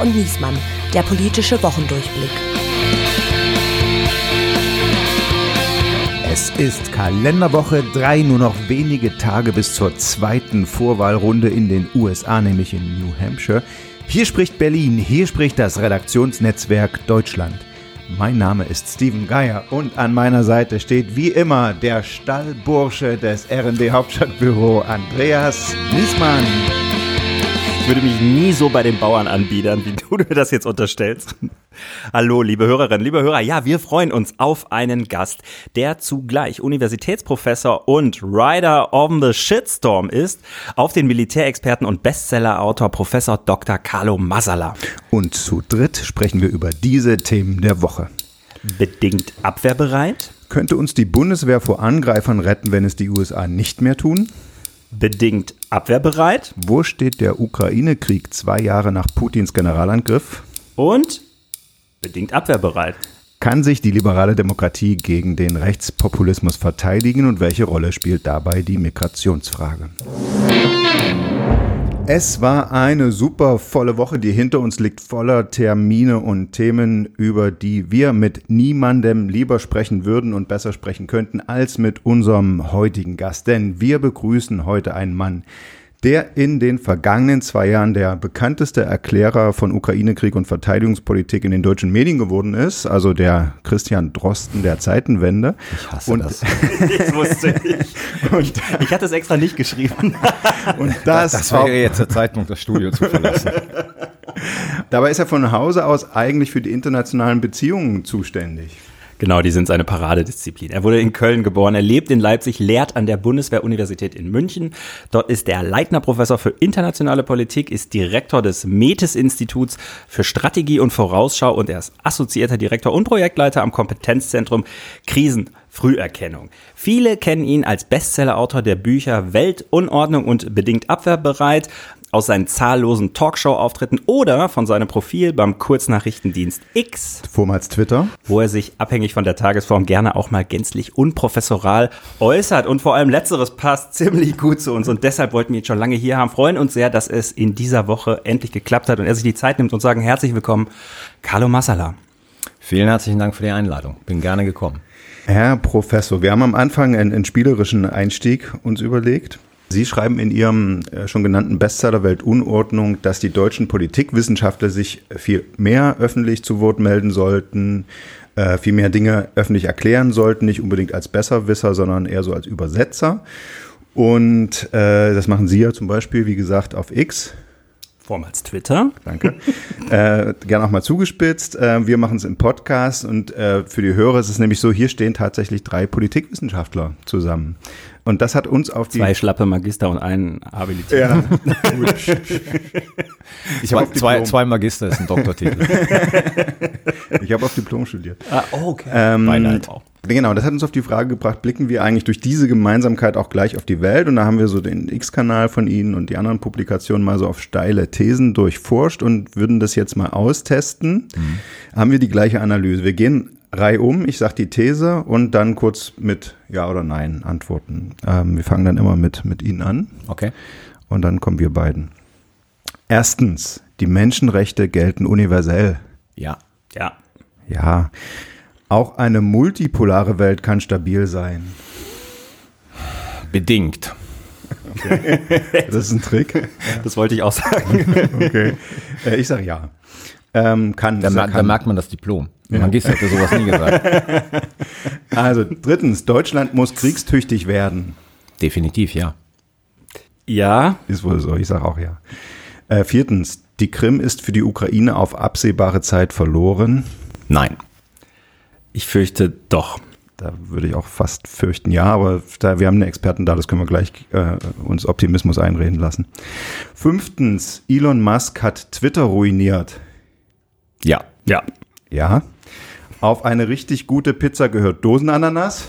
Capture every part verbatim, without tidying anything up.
und Niesmann, der politische Wochendurchblick. Es ist Kalenderwoche drei, nur noch wenige Tage bis zur zweiten Vorwahlrunde in den U S A, nämlich in New Hampshire. Hier spricht Berlin, hier spricht das Redaktionsnetzwerk Deutschland. Mein Name ist Steven Geier und an meiner Seite steht wie immer der Stallbursche des R und D Hauptstadtbüro, Andreas Niesmann. Ich würde mich nie so bei den Bauern anbiedern, wie du mir das jetzt unterstellst. Hallo, liebe Hörerinnen, liebe Hörer. Ja, wir freuen uns auf einen Gast, der zugleich Universitätsprofessor und Rider on the Shitstorm ist, auf den Militärexperten und Bestsellerautor Professor Doktor Carlo Massala. Und zu dritt sprechen wir über diese Themen der Woche. Bedingt abwehrbereit? Könnte uns die Bundeswehr vor Angreifern retten, wenn es die U S A nicht mehr tun? Bedingt abwehrbereit? Wo steht der Ukraine-Krieg zwei Jahre nach Putins Generalangriff? Und bedingt abwehrbereit. Kann sich die liberale Demokratie gegen den Rechtspopulismus verteidigen und welche Rolle spielt dabei die Migrationsfrage? Es war eine super volle Woche, die hinter uns liegt, voller Termine und Themen, über die wir mit niemandem lieber sprechen würden und besser sprechen könnten als mit unserem heutigen Gast. Denn wir begrüßen heute einen Mann, der in den vergangenen zwei Jahren der bekannteste Erklärer von Ukraine-Krieg und Verteidigungspolitik in den deutschen Medien geworden ist, also der Christian Drosten der Zeitenwende. Ich hasse und das. Ich wusste nicht. Und ich hatte es extra nicht geschrieben. Und das, das wäre jetzt der Zeitpunkt, das Studio zu verlassen. Dabei ist er von Hause aus eigentlich für die internationalen Beziehungen zuständig. Genau, die sind seine Paradedisziplin. Er wurde in Köln geboren, er lebt in Leipzig, lehrt an der Bundeswehr-Universität in München. Dort ist er Leitner-Professor für internationale Politik, ist Direktor des Metis-Instituts für Strategie und Vorausschau und er ist assoziierter Direktor und Projektleiter am Kompetenzzentrum Krisenfrüherkennung. Viele kennen ihn als Bestsellerautor der Bücher Weltunordnung und bedingt abwehrbereit, aus seinen zahllosen Talkshow-Auftritten oder von seinem Profil beim Kurznachrichtendienst X, vormals Twitter, wo er sich abhängig von der Tagesform gerne auch mal gänzlich unprofessoral äußert. Und vor allem Letzteres passt ziemlich gut zu uns und deshalb wollten wir ihn schon lange hier haben. Freuen uns sehr, dass es in dieser Woche endlich geklappt hat und er sich die Zeit nimmt und sagen herzlich willkommen, Carlo Massala. Vielen herzlichen Dank für die Einladung. Bin gerne gekommen. Herr Professor, wir haben am Anfang einen, einen spielerischen Einstieg uns überlegt. Sie schreiben in Ihrem äh, schon genannten Bestseller Weltunordnung, dass die deutschen Politikwissenschaftler sich viel mehr öffentlich zu Wort melden sollten, äh, viel mehr Dinge öffentlich erklären sollten, nicht unbedingt als Besserwisser, sondern eher so als Übersetzer. Und äh, das machen Sie ja zum Beispiel, wie gesagt, auf X. Vormals Twitter. Danke. äh, gerne auch mal zugespitzt. Äh, wir machen es im Podcast und äh, für die Hörer ist es nämlich so, hier stehen tatsächlich drei Politikwissenschaftler zusammen. Und das hat uns auf die... Zwei schlappe Magister und einen Habilitierten. Ja. ich habe zwei, zwei Magister ist ein Doktortitel. Ich habe auf Diplom studiert. Ah, okay. Ähm, Beinahe auch. Genau, das hat uns auf die Frage gebracht, blicken wir eigentlich durch diese Gemeinsamkeit auch gleich auf die Welt? Und da haben wir so den X-Kanal von Ihnen und die anderen Publikationen mal so auf steile Thesen durchforscht und würden das jetzt mal austesten. Mhm. Haben wir die gleiche Analyse. Wir gehen reihum, ich sage die These und dann kurz mit Ja oder Nein antworten. Ähm, wir fangen dann immer mit, mit Ihnen an. Okay. Und dann kommen wir beiden. Erstens, die Menschenrechte gelten universell. Ja. Ja. Ja. Auch eine multipolare Welt kann stabil sein. Bedingt. Okay. Das ist ein Trick. Das wollte ich auch sagen. Okay. Äh, ich sage ja. Ähm, kann, da, kann. da merkt man das Diplom. Ja. Magister hätte sowas nie gesagt. Also drittens, Deutschland muss kriegstüchtig werden. Definitiv, ja. Ja. Ist wohl so, ich sage auch ja. Äh, viertens, die Krim ist für die Ukraine auf absehbare Zeit verloren. Nein. Ich fürchte doch. Da würde ich auch fast fürchten, ja, aber da, wir haben einen Experten da, das können wir gleich äh, uns Optimismus einreden lassen. Fünftens, Elon Musk hat Twitter ruiniert. Ja. Ja. Ja. Auf eine richtig gute Pizza gehört Dosenananas.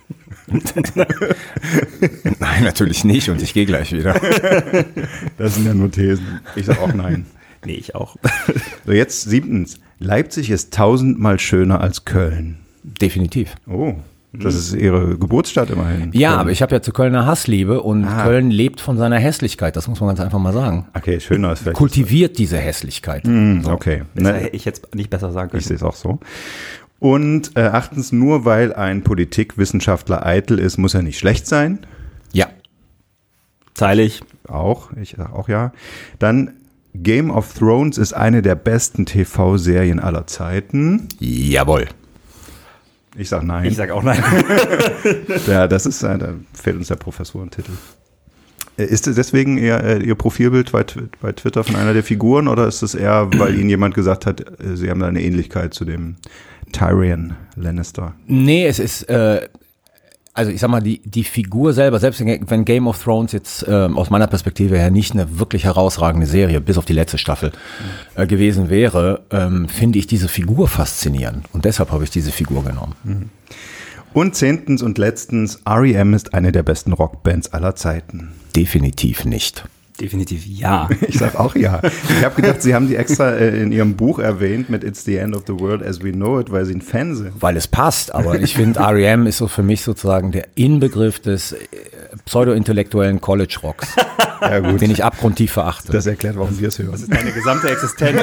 Nein, natürlich nicht und ich gehe gleich wieder. Das sind ja nur Thesen. Ich sage auch nein. Nee, ich auch. So, jetzt siebtens. Leipzig ist tausendmal schöner als Köln. Definitiv. Oh, Das ist ihre Geburtsstadt immerhin. Ja, Köln. Aber ich habe ja zu Köln eine Hassliebe und ah. Köln lebt von seiner Hässlichkeit, das muss man ganz einfach mal sagen. Okay, schöner ist vielleicht. Kultiviert diese Hässlichkeit. Mm, so. Okay. Das hätte ich jetzt nicht besser sagen können. Ich sehe es auch so. Und äh, achtens, nur weil ein Politikwissenschaftler eitel ist, muss er nicht schlecht sein. Ja. Teile ich. Auch, ich sag auch ja. Dann Game of Thrones ist eine der besten T V-Serien aller Zeiten. Jawohl. Ich sag nein. Ich sag auch nein. Ja, das ist, da fehlt uns der Professorentitel. Ist es deswegen eher Ihr Profilbild bei, bei Twitter von einer der Figuren oder ist es eher, weil Ihnen jemand gesagt hat, Sie haben da eine Ähnlichkeit zu dem Tyrion Lannister? Nee, es ist, äh, also ich sag mal, die, die Figur selber, selbst wenn Game of Thrones jetzt äh, aus meiner Perspektive her nicht eine wirklich herausragende Serie, bis auf die letzte Staffel, äh, gewesen wäre, ähm, finde ich diese Figur faszinierend. Und deshalb habe ich diese Figur genommen. Mhm. Und zehntens und letztens, R E M ist eine der besten Rockbands aller Zeiten. Definitiv nicht. Definitiv ja. Ich sag auch ja. Ich habe gedacht, Sie haben die extra äh, in Ihrem Buch erwähnt mit It's the End of the World as We Know It, weil Sie ein Fan sind. Weil es passt, aber ich finde, R E M ist so für mich sozusagen der Inbegriff des äh, pseudo-intellektuellen College-Rocks, Ja, gut. den ich abgrundtief verachte. Das erklärt, warum wir es hören. Das ist deine gesamte Existenz.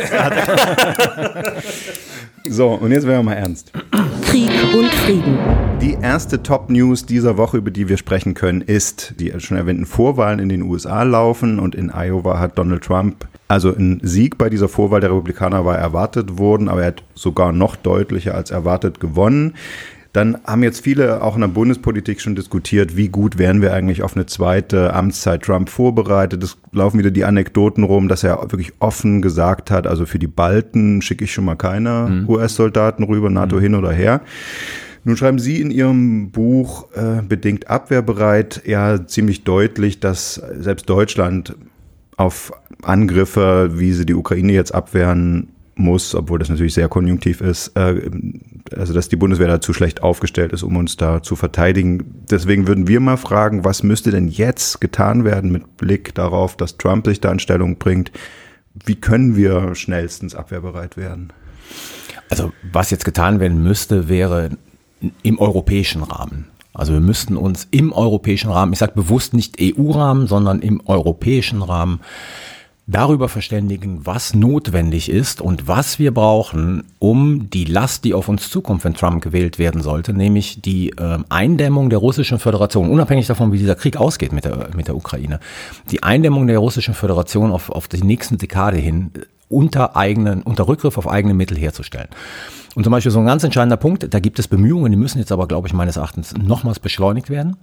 So, und jetzt werden wir mal ernst. Krieg und Frieden. Die erste Top-News dieser Woche, über die wir sprechen können, ist, die schon erwähnten Vorwahlen in den U S A laufen und in Iowa hat Donald Trump, also ein Sieg bei dieser Vorwahl der Republikaner war erwartet worden, aber er hat sogar noch deutlicher als erwartet gewonnen. Dann haben jetzt viele auch in der Bundespolitik schon diskutiert, wie gut wären wir eigentlich auf eine zweite Amtszeit Trump vorbereitet. Es laufen wieder die Anekdoten rum, dass er wirklich offen gesagt hat, also für die Balten schicke ich schon mal keine mhm. U S-Soldaten rüber, NATO mhm. hin oder her. Nun schreiben Sie in Ihrem Buch äh, bedingt abwehrbereit ja ziemlich deutlich, dass selbst Deutschland auf Angriffe, wie sie die Ukraine jetzt abwehren muss, obwohl das natürlich sehr konjunktiv ist, äh, also dass die Bundeswehr da zu schlecht aufgestellt ist, um uns da zu verteidigen. Deswegen würden wir mal fragen, was müsste denn jetzt getan werden mit Blick darauf, dass Trump sich da in Stellung bringt? Wie können wir schnellstens abwehrbereit werden? Also was jetzt getan werden müsste, wäre im europäischen Rahmen. Also wir müssten uns im europäischen Rahmen, ich sage bewusst nicht E U-Rahmen, sondern im europäischen Rahmen darüber verständigen, was notwendig ist und was wir brauchen, um die Last, die auf uns zukommt, wenn Trump gewählt werden sollte, nämlich die äh, Eindämmung der Russischen Föderation, unabhängig davon, wie dieser Krieg ausgeht mit der, mit der Ukraine, die Eindämmung der Russischen Föderation auf, auf die nächsten Dekade hin unter eigenen, unter Rückgriff auf eigene Mittel herzustellen. Und zum Beispiel so ein ganz entscheidender Punkt, da gibt es Bemühungen, die müssen jetzt aber, glaube ich, meines Erachtens nochmals beschleunigt werden.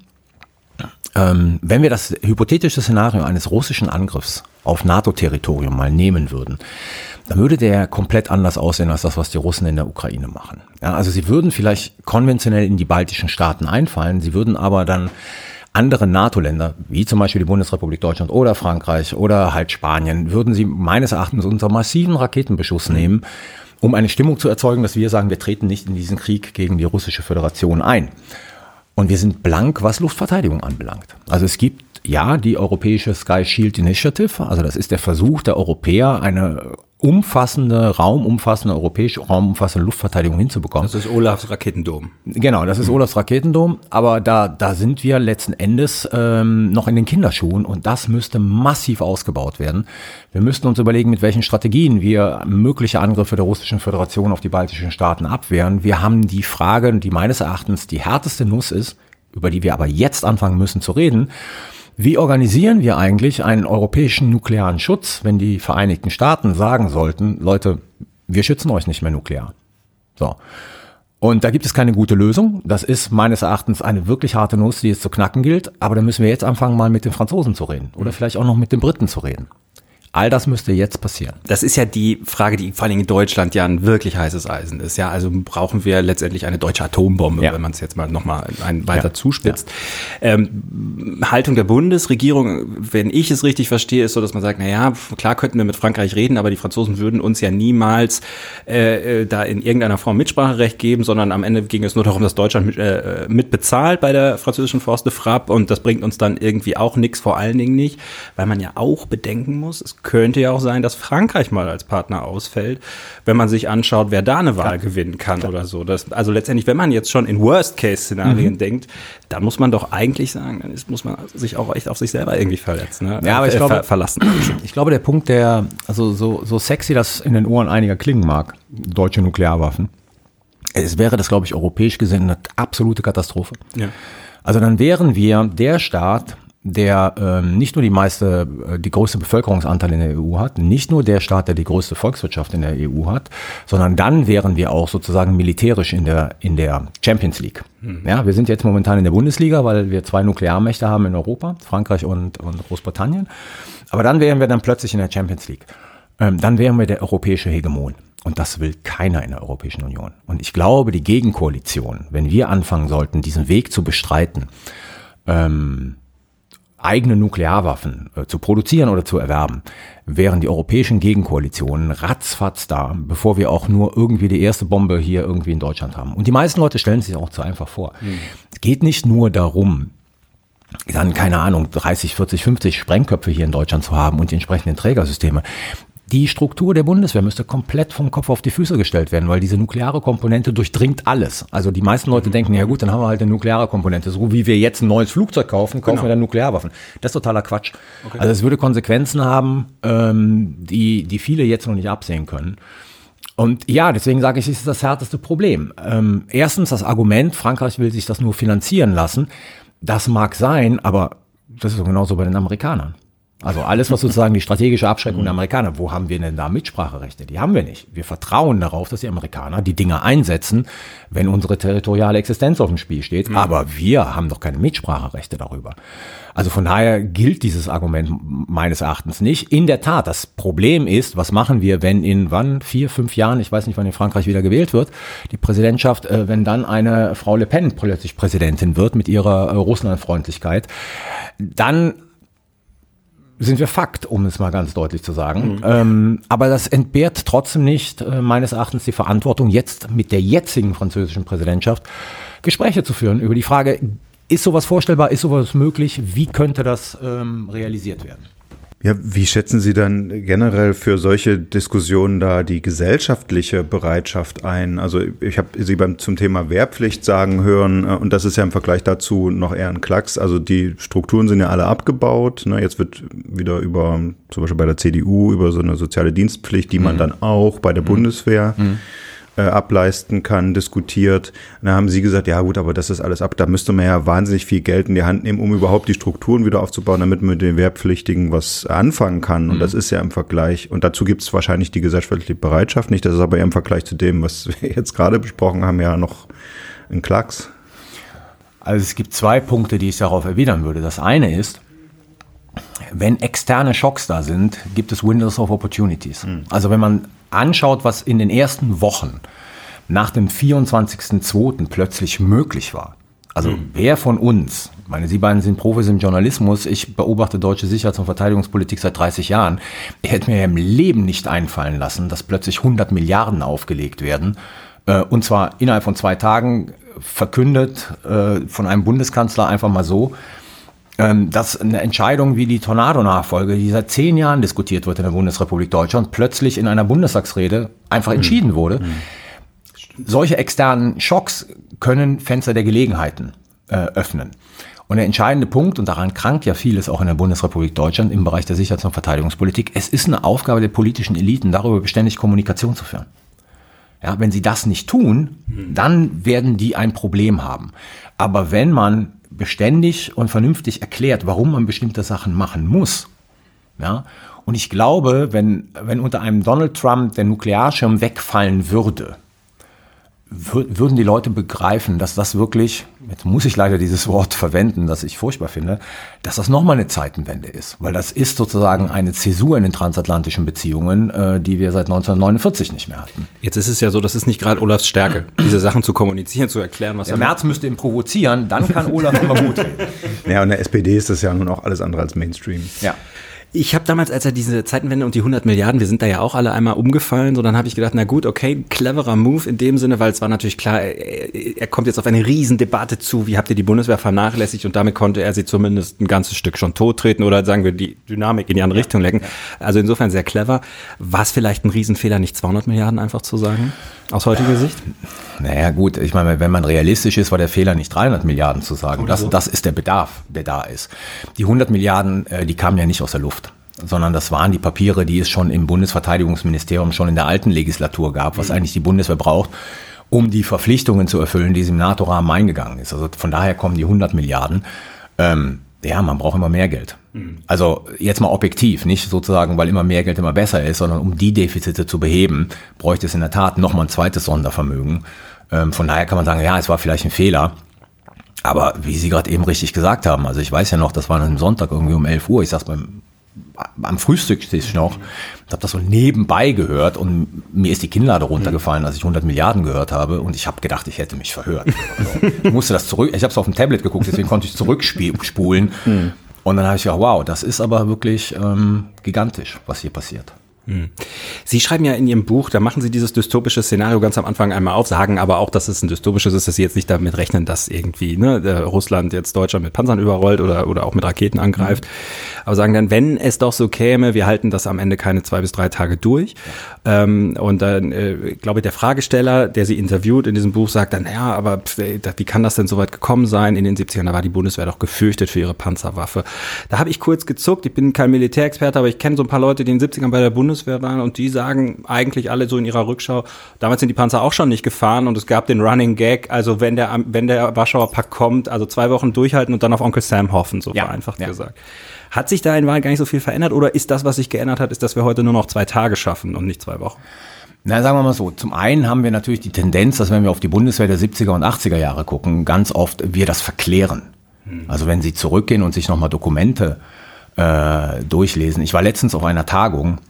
Ähm, wenn wir das hypothetische Szenario eines russischen Angriffs auf NATO-Territorium mal nehmen würden, dann würde der komplett anders aussehen als das, was die Russen in der Ukraine machen. Ja, also sie würden vielleicht konventionell in die baltischen Staaten einfallen, sie würden aber dann andere NATO-Länder, wie zum Beispiel die Bundesrepublik Deutschland oder Frankreich oder halt Spanien, würden sie meines Erachtens unter massiven Raketenbeschuss nehmen, um eine Stimmung zu erzeugen, dass wir sagen, wir treten nicht in diesen Krieg gegen die Russische Föderation ein. Und wir sind blank, was Luftverteidigung anbelangt. Also es gibt ja die europäische Sky Shield Initiative, also das ist der Versuch der Europäer, eine umfassende, raumumfassende, europäische, raumumfassende Luftverteidigung hinzubekommen. Das ist Olafs Raketendom. Genau, das ist Olafs Raketendom, aber da, da sind wir letzten Endes ähm, noch in den Kinderschuhen und das müsste massiv ausgebaut werden. Wir müssten uns überlegen, mit welchen Strategien wir mögliche Angriffe der Russischen Föderation auf die baltischen Staaten abwehren. Wir haben die Frage, die meines Erachtens die härteste Nuss ist, über die wir aber jetzt anfangen müssen zu reden. Wie organisieren wir eigentlich einen europäischen nuklearen Schutz, wenn die Vereinigten Staaten sagen sollten, Leute, wir schützen euch nicht mehr nuklear? So. Und da gibt es keine gute Lösung. Das ist meines Erachtens eine wirklich harte Nuss, die es zu knacken gilt. Aber da müssen wir jetzt anfangen, mal mit den Franzosen zu reden. Oder vielleicht auch noch mit den Briten zu reden. All das müsste jetzt passieren. Das ist ja die Frage, die vor allem in Deutschland ja ein wirklich heißes Eisen ist. Ja, also brauchen wir letztendlich eine deutsche Atombombe, ja. wenn man es jetzt mal nochmal ein weiter ja. zuspitzt. Ja. Ähm, Haltung der Bundesregierung, wenn ich es richtig verstehe, ist so, dass man sagt, na ja, klar könnten wir mit Frankreich reden, aber die Franzosen würden uns ja niemals äh, da in irgendeiner Form Mitspracherecht geben, sondern am Ende ging es nur darum, dass Deutschland mit, äh, mitbezahlt bei der französischen Force de Frappe und das bringt uns dann irgendwie auch nichts, vor allen Dingen nicht, weil man ja auch bedenken muss, es es könnte ja auch sein, dass Frankreich mal als Partner ausfällt, wenn man sich anschaut, wer da eine Wahl ja. gewinnen kann ja. oder so. Das, also letztendlich, wenn man jetzt schon in Worst-Case-Szenarien mhm. denkt, dann muss man doch eigentlich sagen, dann ist, muss man sich auch echt auf sich selber irgendwie verletzen, ne? Ja, aber ich äh, glaube, ver- verlassen. Ich glaube, der Punkt, der, also so, so sexy das in den Ohren einiger klingen mag, deutsche Nuklearwaffen, es wäre das, glaube ich, europäisch gesehen eine absolute Katastrophe. Ja. Also dann wären wir der Staat, der ähm, nicht nur die meiste, äh, die größte Bevölkerungsanteil in der E U hat, nicht nur der Staat, der die größte Volkswirtschaft in der E U hat, sondern dann wären wir auch sozusagen militärisch in der in der Champions League. Mhm. Ja, wir sind jetzt momentan in der Bundesliga, weil wir zwei Nuklearmächte haben in Europa, Frankreich und, und Großbritannien. Aber dann wären wir dann plötzlich in der Champions League. Ähm, dann wären wir der europäische Hegemon. Und das will keiner in der Europäischen Union. Und ich glaube, die Gegenkoalition, wenn wir anfangen sollten, diesen Weg zu bestreiten, ähm, eigene Nuklearwaffen äh, zu produzieren oder zu erwerben, wären die europäischen Gegenkoalitionen ratzfatz da, bevor wir auch nur irgendwie die erste Bombe hier irgendwie in Deutschland haben. Und die meisten Leute stellen sich auch zu einfach vor. Mhm. Es geht nicht nur darum, dann, keine Ahnung, dreißig, vierzig, fünfzig Sprengköpfe hier in Deutschland zu haben und die entsprechenden Trägersysteme. Die Struktur der Bundeswehr müsste komplett vom Kopf auf die Füße gestellt werden, weil diese nukleare Komponente durchdringt alles. Also die meisten Leute denken, ja gut, dann haben wir halt eine nukleare Komponente. So wie wir jetzt ein neues Flugzeug kaufen, kaufen genau. wir dann Nuklearwaffen. Das ist totaler Quatsch. Okay. Also es würde Konsequenzen haben, ähm, die, die viele jetzt noch nicht absehen können. Und ja, deswegen sage ich, es ist das härteste Problem. Ähm, erstens das Argument, Frankreich will sich das nur finanzieren lassen. Das mag sein, aber das ist genauso bei den Amerikanern. Also alles, was sozusagen die strategische Abschreckung der Amerikaner, wo haben wir denn da Mitspracherechte? Die haben wir nicht. Wir vertrauen darauf, dass die Amerikaner die Dinge einsetzen, wenn unsere territoriale Existenz auf dem Spiel steht. Mhm. Aber wir haben doch keine Mitspracherechte darüber. Also von daher gilt dieses Argument meines Erachtens nicht. In der Tat, das Problem ist, was machen wir, wenn in wann, vier, fünf Jahren, ich weiß nicht, wann in Frankreich wieder gewählt wird, die Präsidentschaft, äh, wenn dann eine Frau Le Pen plötzlich Präsidentin wird mit ihrer äh, Russlandfreundlichkeit, dann sind wir Fakt, um es mal ganz deutlich zu sagen. Mhm. Ähm, aber das entbehrt trotzdem nicht äh, meines Erachtens die Verantwortung, jetzt mit der jetzigen französischen Präsidentschaft Gespräche zu führen über die Frage, ist sowas vorstellbar, ist sowas möglich, wie könnte das ähm, realisiert werden? Ja, wie schätzen Sie dann generell für solche Diskussionen da die gesellschaftliche Bereitschaft ein? Also ich habe Sie beim zum Thema Wehrpflicht sagen hören, und das ist ja im Vergleich dazu noch eher ein Klacks. Also die Strukturen sind ja alle abgebaut. Ne? Jetzt wird wieder über, zum Beispiel bei der C D U, über so eine soziale Dienstpflicht, die man mhm. dann auch bei der mhm. Bundeswehr mhm. ableisten kann, diskutiert. Und da haben Sie gesagt, ja gut, aber das ist alles ab, da müsste man ja wahnsinnig viel Geld in die Hand nehmen, um überhaupt die Strukturen wieder aufzubauen, damit man mit den Wehrpflichtigen was anfangen kann. Und mhm. das ist ja im Vergleich, und dazu gibt es wahrscheinlich die gesellschaftliche Bereitschaft nicht, das ist aber eher im Vergleich zu dem, was wir jetzt gerade besprochen haben, ja noch ein Klacks. Also es gibt zwei Punkte, die ich darauf erwidern würde. Das eine ist, wenn externe Schocks da sind, gibt es Windows of Opportunities. Mhm. Also wenn man anschaut, was in den ersten Wochen nach dem vierundzwanzigsten zweiten plötzlich möglich war. Also mhm. wer von uns, ich meine, Sie beiden sind Profis im Journalismus, ich beobachte deutsche Sicherheits- und Verteidigungspolitik seit dreißig Jahren, ich hätte mir im Leben nicht einfallen lassen, dass plötzlich hundert Milliarden aufgelegt werden, äh, und zwar innerhalb von zwei Tagen verkündet äh, von einem Bundeskanzler einfach mal so, dass eine Entscheidung wie die Tornado-Nachfolge, die seit zehn Jahren diskutiert wird in der Bundesrepublik Deutschland, plötzlich in einer Bundestagsrede einfach entschieden wurde. Mhm. Solche externen Schocks können Fenster der Gelegenheiten äh, öffnen. Und der entscheidende Punkt, und daran krankt ja vieles auch in der Bundesrepublik Deutschland im Bereich der Sicherheits- und Verteidigungspolitik, es ist eine Aufgabe der politischen Eliten, darüber beständig Kommunikation zu führen. Ja, wenn sie das nicht tun, mhm. dann werden die ein Problem haben. Aber wenn man beständig und vernünftig erklärt, warum man bestimmte Sachen machen muss. Ja? Und ich glaube, wenn, wenn unter einem Donald Trump der Nuklearschirm wegfallen würde, würden die Leute begreifen, dass das wirklich, jetzt muss ich leider dieses Wort verwenden, das ich furchtbar finde, dass das nochmal eine Zeitenwende ist. Weil das ist sozusagen eine Zäsur in den transatlantischen Beziehungen, äh, die wir seit neunzehnhundertneunundvierzig nicht mehr hatten. Jetzt ist es ja so, das ist nicht gerade Olafs Stärke, diese Sachen zu kommunizieren, zu erklären, was der Merz müsste ihn provozieren, dann kann Olaf immer gut reden. Ja, und der S P D ist das ja nun auch alles andere als Mainstream. Ja. Ich habe damals, als er diese Zeitenwende und die hundert Milliarden, wir sind da ja auch alle einmal umgefallen, so dann habe ich gedacht, na gut, okay, cleverer Move in dem Sinne, weil es war natürlich klar, er, er kommt jetzt auf eine Riesendebatte zu, wie habt ihr die Bundeswehr vernachlässigt, und damit konnte er sie zumindest ein ganzes Stück schon tottreten oder sagen wir die Dynamik in die andere Richtung lenken. Also insofern sehr clever. War es vielleicht ein Riesenfehler, nicht zweihundert Milliarden einfach zu sagen, aus heutiger Sicht? Naja gut, ich meine, wenn man realistisch ist, war der Fehler nicht dreihundert Milliarden zu sagen. Das, das ist der Bedarf, der da ist. Die hundert Milliarden, die kamen ja nicht aus der Luft, sondern das waren die Papiere, die es schon im Bundesverteidigungsministerium schon in der alten Legislatur gab, was eigentlich die Bundeswehr braucht, um die Verpflichtungen zu erfüllen, die sie im NATO-Rahmen eingegangen ist. Also von daher kommen die hundert Milliarden. Ähm, ja, man braucht immer mehr Geld. Also jetzt mal objektiv, nicht sozusagen, weil immer mehr Geld immer besser ist, sondern um die Defizite zu beheben, bräuchte es in der Tat nochmal ein zweites Sondervermögen. Ähm, von daher kann man sagen, ja, es war vielleicht ein Fehler. Aber wie Sie gerade eben richtig gesagt haben, also ich weiß ja noch, das war am Sonntag irgendwie um elf Uhr, ich saß beim am Frühstückstisch noch, ich habe das so nebenbei gehört und mir ist die Kinnlade runtergefallen, als ich hundert Milliarden gehört habe, und ich habe gedacht, ich hätte mich verhört. Also, ich musste das zurück, ich habe es auf dem Tablet geguckt, deswegen konnte ich zurückspulen. Mhm. Und dann habe ich gedacht, wow, das ist aber wirklich ähm, gigantisch, was hier passiert. Sie schreiben ja in Ihrem Buch, da machen Sie dieses dystopische Szenario ganz am Anfang einmal auf, sagen aber auch, dass es ein dystopisches ist, dass Sie jetzt nicht damit rechnen, dass irgendwie ne, Russland jetzt Deutschland mit Panzern überrollt oder, oder auch mit Raketen angreift. Mhm. Aber sagen dann, wenn es doch so käme, wir halten das am Ende keine zwei bis drei Tage durch. Ja. Ähm, und dann, äh, glaube ich, der Fragesteller, der Sie interviewt in diesem Buch, sagt dann, ja, aber pf, wie kann das denn so weit gekommen sein? In den siebzigern, da war die Bundeswehr doch gefürchtet für ihre Panzerwaffe. Da habe ich kurz gezuckt, ich bin kein Militärexperte, aber ich kenne so ein paar Leute, die in den siebzigern bei der Bundeswehr waren, und die sagen eigentlich alle so in ihrer Rückschau, damals sind die Panzer auch schon nicht gefahren, und es gab den Running Gag, also wenn der wenn der Warschauer Pakt kommt, also zwei Wochen durchhalten und dann auf Onkel Sam hoffen, so ja, vereinfacht ja. gesagt. Hat sich da in Wahrheit gar nicht so viel verändert, oder ist das, was sich geändert hat, ist, dass wir heute nur noch zwei Tage schaffen und nicht zwei Wochen? Na, sagen wir mal so, zum einen haben wir natürlich die Tendenz, dass wenn wir auf die Bundeswehr der siebziger und achtziger Jahre gucken, ganz oft wir das verklären. Hm. Also wenn Sie zurückgehen und sich nochmal Dokumente äh, durchlesen. Ich war letztens auf einer Tagung,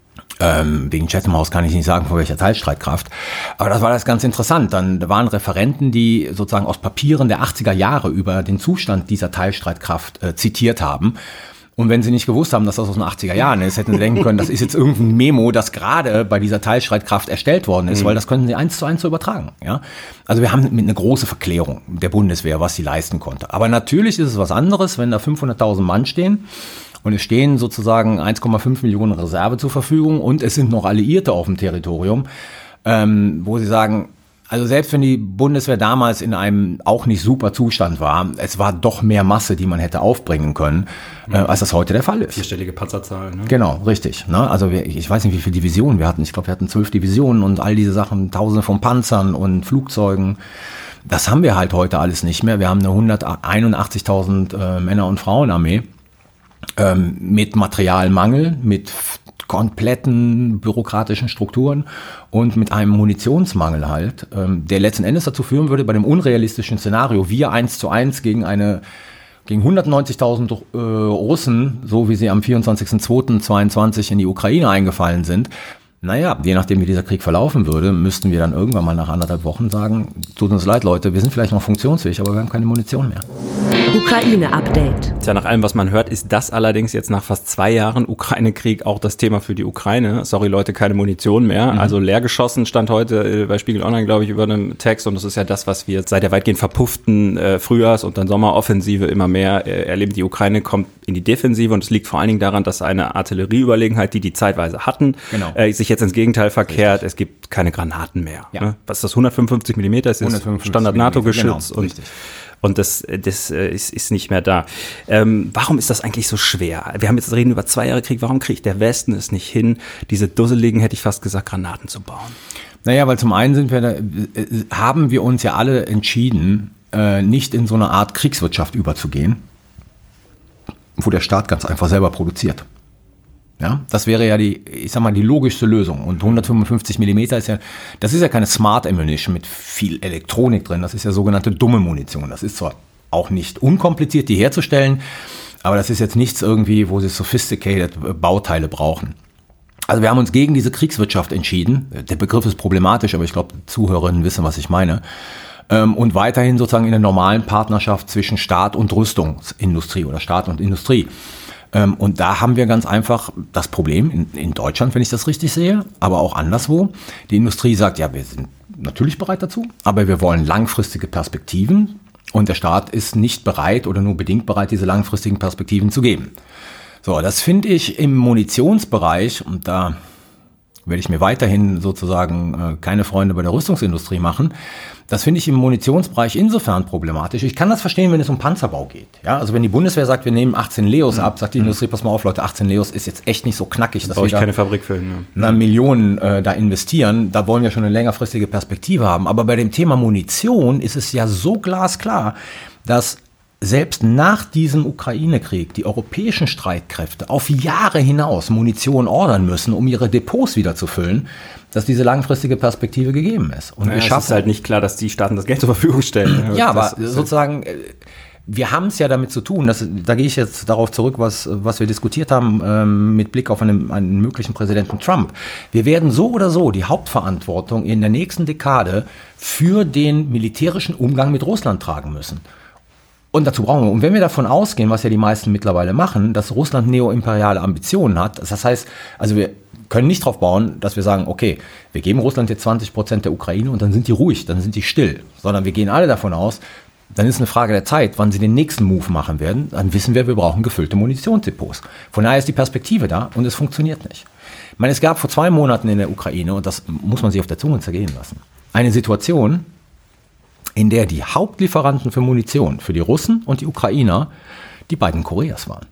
Ähm, wegen Chatham House kann ich nicht sagen, von welcher Teilstreitkraft. Aber das war das ganz interessant. Dann da waren Referenten, die sozusagen aus Papieren der achtziger Jahre über den Zustand dieser Teilstreitkraft äh, zitiert haben. Und wenn sie nicht gewusst haben, dass das aus den achtziger Jahren ist, hätten sie denken können, das ist jetzt irgendein Memo, das gerade bei dieser Teilstreitkraft erstellt worden ist, mhm. weil das könnten sie eins zu eins so übertragen. Ja? Also wir haben mit eine große Verklärung der Bundeswehr, was sie leisten konnte. Aber natürlich ist es was anderes, wenn da fünfhunderttausend Mann stehen. Und es stehen sozusagen eins Komma fünf Millionen Reserve zur Verfügung, und es sind noch Alliierte auf dem Territorium, ähm, wo sie sagen, also selbst wenn die Bundeswehr damals in einem auch nicht super Zustand war, es war doch mehr Masse, die man hätte aufbringen können, mhm. äh, als das heute der Fall ist. Vierstellige Panzerzahl, ne? Genau, richtig. Ne? Also wir, ich weiß nicht, wie viele Divisionen wir hatten. Ich glaube, wir hatten zwölf Divisionen und all diese Sachen, Tausende von Panzern und Flugzeugen. Das haben wir halt heute alles nicht mehr. Wir haben eine hunderteinundachtzigtausend äh, Männer- und Frauenarmee. Ähm, mit Materialmangel, mit f- kompletten bürokratischen Strukturen und mit einem Munitionsmangel halt, ähm, der letzten Endes dazu führen würde, bei dem unrealistischen Szenario, wir eins zu eins gegen eine gegen hundertneunzigtausend äh, Russen, so wie sie am vierundzwanzigsten zweiten zweiundzwanzig in die Ukraine eingefallen sind. Naja, je nachdem, wie dieser Krieg verlaufen würde, müssten wir dann irgendwann mal nach anderthalb Wochen sagen, tut uns leid, Leute, wir sind vielleicht noch funktionsfähig, aber wir haben keine Munition mehr. Ukraine-Update. Tja, nach allem, was man hört, ist das allerdings jetzt nach fast zwei Jahren Ukraine-Krieg auch das Thema für die Ukraine. Sorry Leute, keine Munition mehr. Mhm. Also leer geschossen stand heute bei Spiegel Online, glaube ich, über einem Text. Und das ist ja das, was wir seit der weitgehend verpufften äh, Frühjahrs- und dann Sommeroffensive immer mehr äh, erleben. Die Ukraine kommt in die Defensive, und es liegt vor allen Dingen daran, dass eine Artillerieüberlegenheit, die die zeitweise hatten, genau. äh, sich jetzt ins Gegenteil verkehrt. Richtig. Es gibt keine Granaten mehr. Ja. Ne? Was ist das? hundertfünfundfünfzig Millimeter ist Standard-NATO-Geschütz. Genau, und richtig. Und das, das ist, ist nicht mehr da. Ähm, warum ist das eigentlich so schwer? Wir haben jetzt reden über zwei Jahre Krieg. Warum kriegt der Westen es nicht hin, diese dusseligen, hätte ich fast gesagt, Granaten zu bauen? Naja, weil zum einen sind wir da, haben wir uns ja alle entschieden, äh, nicht in so eine Art Kriegswirtschaft überzugehen, wo der Staat ganz einfach selber produziert. Ja, das wäre ja die, ich sag mal, die logischste Lösung. Und hundertfünfundfünfzig Millimeter ist ja, das ist ja keine Smart Ammunition mit viel Elektronik drin. Das ist ja sogenannte dumme Munition. Das ist zwar auch nicht unkompliziert, die herzustellen, aber das ist jetzt nichts irgendwie, wo sie sophisticated Bauteile brauchen. Also wir haben uns gegen diese Kriegswirtschaft entschieden. Der Begriff ist problematisch, aber ich glaube, Zuhörerinnen wissen, was ich meine. Und weiterhin sozusagen in der normalen Partnerschaft zwischen Staat und Rüstungsindustrie oder Staat und Industrie Und da haben wir ganz einfach das Problem, in, in Deutschland, wenn ich das richtig sehe, aber auch anderswo. Die Industrie sagt, ja, wir sind natürlich bereit dazu, aber wir wollen langfristige Perspektiven und der Staat ist nicht bereit oder nur bedingt bereit, diese langfristigen Perspektiven zu geben. So, das finde ich im Munitionsbereich, und da werde ich mir weiterhin sozusagen keine Freunde bei der Rüstungsindustrie machen. Das finde ich im Munitionsbereich insofern problematisch. Ich kann das verstehen, wenn es um Panzerbau geht. Ja, also wenn die Bundeswehr sagt, wir nehmen achtzehn Leos ab, sagt die mhm. Industrie, pass mal auf, Leute, achtzehn Leos ist jetzt echt nicht so knackig, dass wir da keine Fabrik für, ne? Millionen äh, da investieren. Da wollen wir schon eine längerfristige Perspektive haben. Aber bei dem Thema Munition ist es ja so glasklar, dass selbst nach diesem Ukraine-Krieg die europäischen Streitkräfte auf Jahre hinaus Munition ordern müssen, um ihre Depots wieder zu füllen, dass diese langfristige Perspektive gegeben ist. Und naja, wir schaffen es ist halt nicht klar, dass die Staaten das Geld zur Verfügung stellen. Ja, das aber sozusagen, wir haben es ja damit zu tun, dass, da gehe ich jetzt darauf zurück, was, was wir diskutiert haben ähm, mit Blick auf einen, einen möglichen Präsidenten Trump. Wir werden so oder so die Hauptverantwortung in der nächsten Dekade für den militärischen Umgang mit Russland tragen müssen. Und dazu brauchen wir, und wenn wir davon ausgehen, was ja die meisten mittlerweile machen, dass Russland neoimperiale Ambitionen hat, das heißt, also wir können nicht darauf bauen, dass wir sagen, okay, wir geben Russland jetzt zwanzig Prozent der Ukraine und dann sind die ruhig, dann sind die still, sondern wir gehen alle davon aus, dann ist eine Frage der Zeit, wann sie den nächsten Move machen werden, dann wissen wir, wir brauchen gefüllte Munitionsdepots. Von daher ist die Perspektive da und es funktioniert nicht. Ich meine, es gab vor zwei Monaten in der Ukraine, und das muss man sich auf der Zunge zergehen lassen, eine Situation, in der die Hauptlieferanten für Munition für die Russen und die Ukrainer die beiden Koreas waren.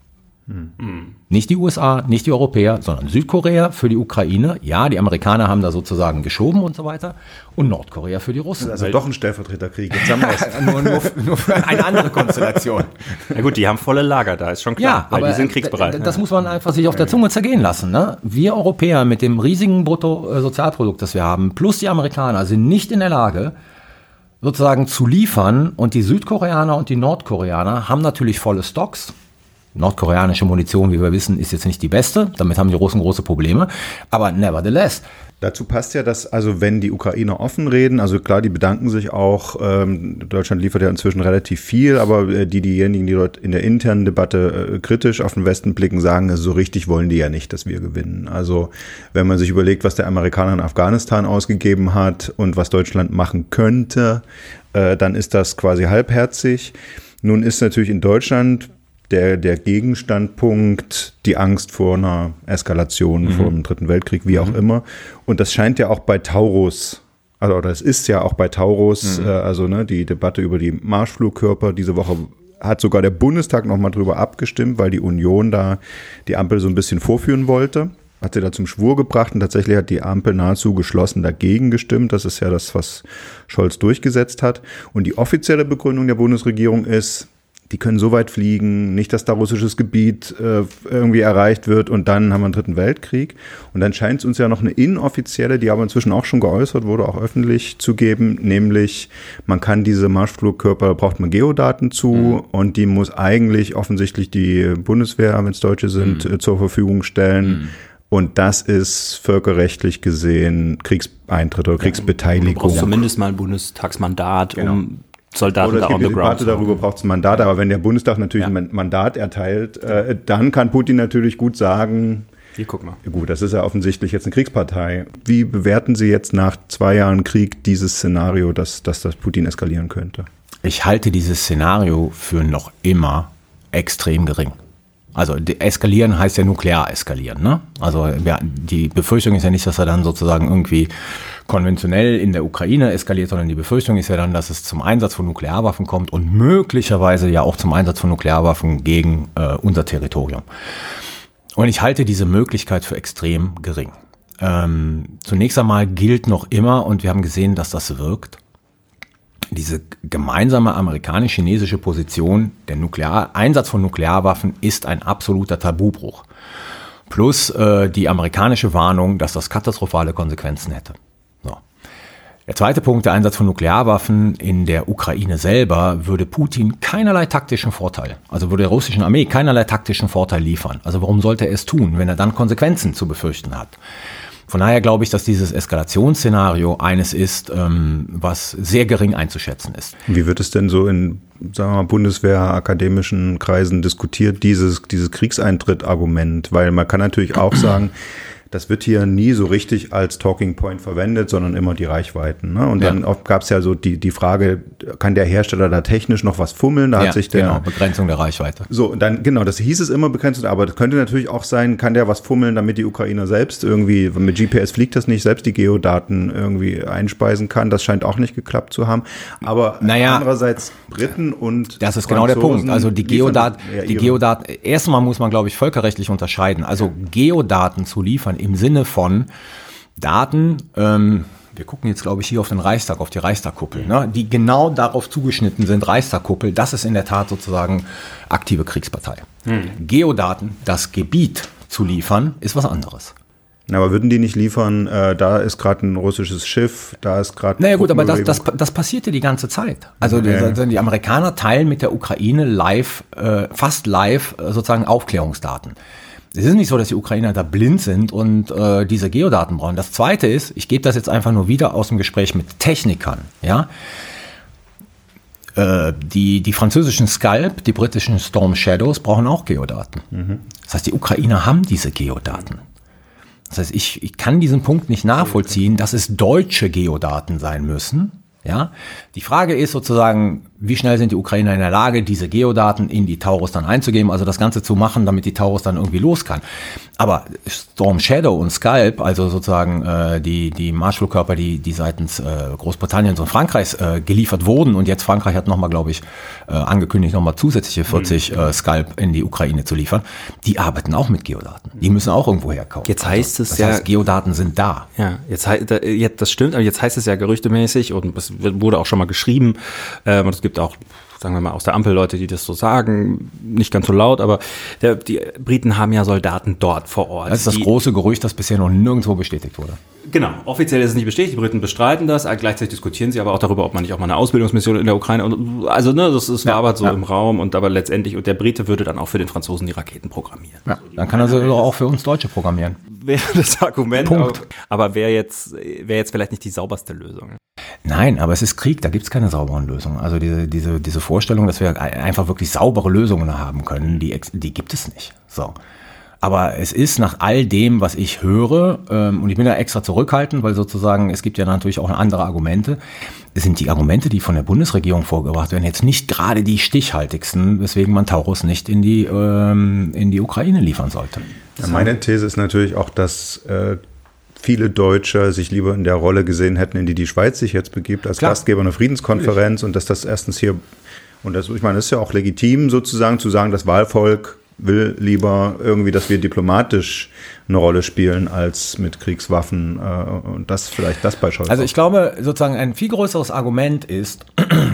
Hm. Nicht die U S A, nicht die Europäer, sondern Südkorea für die Ukraine. Ja, die Amerikaner haben da sozusagen geschoben und so weiter. Und Nordkorea für die Russen. Also doch ein Stellvertreterkrieg. Jetzt haben wir es. nur, nur, nur für eine andere Konstellation. Na gut, die haben volle Lager da, ist schon klar. Ja, weil aber die sind kriegsbereit. Das, das muss man einfach sich auf der Zunge zergehen lassen. Ne? Wir Europäer mit dem riesigen Bruttosozialprodukt, das wir haben, plus die Amerikaner sind nicht in der Lage, sozusagen zu liefern, und die Südkoreaner und die Nordkoreaner haben natürlich volle Stocks. Nordkoreanische Munition, wie wir wissen, ist jetzt nicht die beste, damit haben die Russen große Probleme, aber nevertheless. Dazu passt ja, dass, also wenn die Ukrainer offen reden, also klar, die bedanken sich auch, ähm, Deutschland liefert ja inzwischen relativ viel, aber äh, die, diejenigen, die dort in der internen Debatte äh, kritisch auf den Westen blicken, sagen, so richtig wollen die ja nicht, dass wir gewinnen. Also wenn man sich überlegt, was der Amerikaner in Afghanistan ausgegeben hat und was Deutschland machen könnte, äh, dann ist das quasi halbherzig. Nun ist natürlich in Deutschland Der, der Gegenstandpunkt, die Angst vor einer Eskalation, mhm. vor dem Dritten Weltkrieg, wie auch mhm. immer. Und das scheint ja auch bei Taurus, also oder es ist ja auch bei Taurus, mhm. äh, also ne, die Debatte über die Marschflugkörper diese Woche hat sogar der Bundestag nochmal drüber abgestimmt, weil die Union da die Ampel so ein bisschen vorführen wollte. Hat sie da zum Schwur gebracht und tatsächlich hat die Ampel nahezu geschlossen dagegen gestimmt. Das ist ja das, was Scholz durchgesetzt hat. Und die offizielle Begründung der Bundesregierung ist, die können so weit fliegen, nicht, dass da russisches Gebiet äh, irgendwie erreicht wird und dann haben wir einen Dritten Weltkrieg. Und dann scheint es uns ja noch eine inoffizielle, die aber inzwischen auch schon geäußert wurde, auch öffentlich zu geben, nämlich man kann diese Marschflugkörper, braucht man Geodaten zu mhm. und die muss eigentlich offensichtlich die Bundeswehr, wenn es Deutsche sind, mhm. äh, zur Verfügung stellen. Mhm. Und das ist völkerrechtlich gesehen Kriegseintritt oder Kriegsbeteiligung. Du brauchst zumindest mal ein Bundestagsmandat, genau. um Soldaten Oder es da gibt on the die Debatte ground. darüber, braucht es ein Mandat, aber wenn der Bundestag natürlich ja. ein Mandat erteilt, äh, dann kann Putin natürlich gut sagen, hier, guck mal. Gut, das ist ja offensichtlich jetzt eine Kriegspartei. Wie bewerten Sie jetzt nach zwei Jahren Krieg dieses Szenario, dass, dass das Putin eskalieren könnte? Ich halte dieses Szenario für noch immer extrem gering. Also eskalieren heißt ja nuklear eskalieren, ne? Also ja, die Befürchtung ist ja nicht, dass er dann sozusagen irgendwie konventionell in der Ukraine eskaliert, sondern die Befürchtung ist ja dann, dass es zum Einsatz von Nuklearwaffen kommt und möglicherweise ja auch zum Einsatz von Nuklearwaffen gegen äh, unser Territorium. Und ich halte diese Möglichkeit für extrem gering. Ähm, zunächst einmal gilt noch immer, und wir haben gesehen, dass das wirkt, diese gemeinsame amerikanisch-chinesische Position, der Nuklear- Einsatz von Nuklearwaffen ist ein absoluter Tabubruch. Plus äh, die amerikanische Warnung, dass das katastrophale Konsequenzen hätte. So. Der zweite Punkt, der Einsatz von Nuklearwaffen in der Ukraine selber, würde Putin keinerlei taktischen Vorteil, also würde der russischen Armee keinerlei taktischen Vorteil liefern. Also warum sollte er es tun, wenn er dann Konsequenzen zu befürchten hat? Von daher glaube ich, dass dieses Eskalationsszenario eines ist, ähm, was sehr gering einzuschätzen ist. Wie wird es denn so in sagen wir mal, Bundeswehr-akademischen Kreisen diskutiert, dieses, dieses Kriegseintritt-Argument, weil man kann natürlich auch sagen, das wird hier nie so richtig als Talking Point verwendet, sondern immer die Reichweiten. Ne? Und dann ja. gab es ja so die, die Frage, kann der Hersteller da technisch noch was fummeln? Da ja, hat sich der, genau, Begrenzung der Reichweite. So, und dann, genau, das hieß es immer Begrenzung, aber das könnte natürlich auch sein, kann der was fummeln, damit die Ukrainer selbst irgendwie, mit G P S fliegt das nicht, selbst die Geodaten irgendwie einspeisen kann. Das scheint auch nicht geklappt zu haben. Aber naja, andererseits Briten und das ist genau der Punkt. Also die Geodaten, die Geodaten, erstmal muss man, glaube ich, völkerrechtlich unterscheiden. Also Geodaten zu liefern im Sinne von Daten, ähm, wir gucken jetzt, glaube ich, hier auf den Reichstag, auf die Reichstagkuppel, ne, die genau darauf zugeschnitten sind, Reichstagkuppel, das ist in der Tat sozusagen aktive Kriegspartei. Hm. Geodaten, das Gebiet zu liefern, ist was anderes. Aber würden die nicht liefern, äh, da ist gerade ein russisches Schiff, da ist gerade... Naja gut, aber das, das, das passierte die ganze Zeit. Also okay. die, die Amerikaner teilen mit der Ukraine live, äh, fast live äh, sozusagen Aufklärungsdaten. Es ist nicht so, dass die Ukrainer da blind sind und äh, diese Geodaten brauchen. Das Zweite ist, ich gebe das jetzt einfach nur wieder aus dem Gespräch mit Technikern, ja, äh, die, die französischen Scalp, die britischen Storm Shadows brauchen auch Geodaten. Mhm. Das heißt, die Ukrainer haben diese Geodaten. Das heißt, ich, ich kann diesen Punkt nicht nachvollziehen, dass es deutsche Geodaten sein müssen. Ja, die Frage ist sozusagen, wie schnell sind die Ukrainer in der Lage, diese Geodaten in die Taurus dann einzugeben, also das Ganze zu machen, damit die Taurus dann irgendwie los kann. Aber Storm Shadow und Scalp, also sozusagen äh, die die Marschflugkörper, die die seitens äh, Großbritanniens und Frankreichs äh, geliefert wurden und jetzt Frankreich hat nochmal, glaube ich, äh, angekündigt, nochmal zusätzliche vierzig mhm. äh, Scalp in die Ukraine zu liefern, die arbeiten auch mit Geodaten. Die müssen auch irgendwo herkommen. Jetzt heißt also, es das ja... heißt, Geodaten sind da. Ja, jetzt, jetzt das stimmt, aber jetzt heißt es ja gerüchtemäßig und es wurde auch schon mal geschrieben ähm, und es gibt auch, sagen wir mal, aus der Ampel Leute, die das so sagen, nicht ganz so laut, aber der, die Briten haben ja Soldaten dort vor Ort. Das ist das die, große Gerücht, das bisher noch nirgendwo bestätigt wurde. Genau, offiziell ist es nicht bestätigt, die Briten bestreiten das, gleichzeitig diskutieren sie aber auch darüber, ob man nicht auch mal eine Ausbildungsmission in der Ukraine, und, also ne, das, das war aber so ja. im Raum und aber letztendlich, und der Brite würde dann auch für den Franzosen die Raketen programmieren. Ja, dann kann er sie auch für uns Deutsche programmieren. Wäre das Argument, Punkt. aber, aber wäre jetzt, wäre jetzt vielleicht nicht die sauberste Lösung. Nein, aber es ist Krieg, da gibt es keine sauberen Lösungen. Also diese, diese, diese Vorstellung, dass wir einfach wirklich saubere Lösungen haben können, die, die gibt es nicht. So. Aber es ist nach all dem, was ich höre, ähm, und ich bin da extra zurückhaltend, weil sozusagen es gibt ja natürlich auch andere Argumente, es sind die Argumente, die von der Bundesregierung vorgebracht werden, jetzt nicht gerade die stichhaltigsten, weswegen man Taurus nicht in die, ähm, in die Ukraine liefern sollte. Ja, meine These ist natürlich auch, dass äh, viele Deutsche sich lieber in der Rolle gesehen hätten, in die die Schweiz sich jetzt begibt, als Klar. Gastgeber einer Friedenskonferenz, und dass das erstens hier, und das, ich meine, das ist ja auch legitim sozusagen zu sagen, das Wahlvolk will lieber irgendwie, dass wir diplomatisch eine Rolle spielen, als mit Kriegswaffen, äh, und das vielleicht das bei Scholz. Also ich glaube, sozusagen ein viel größeres Argument ist,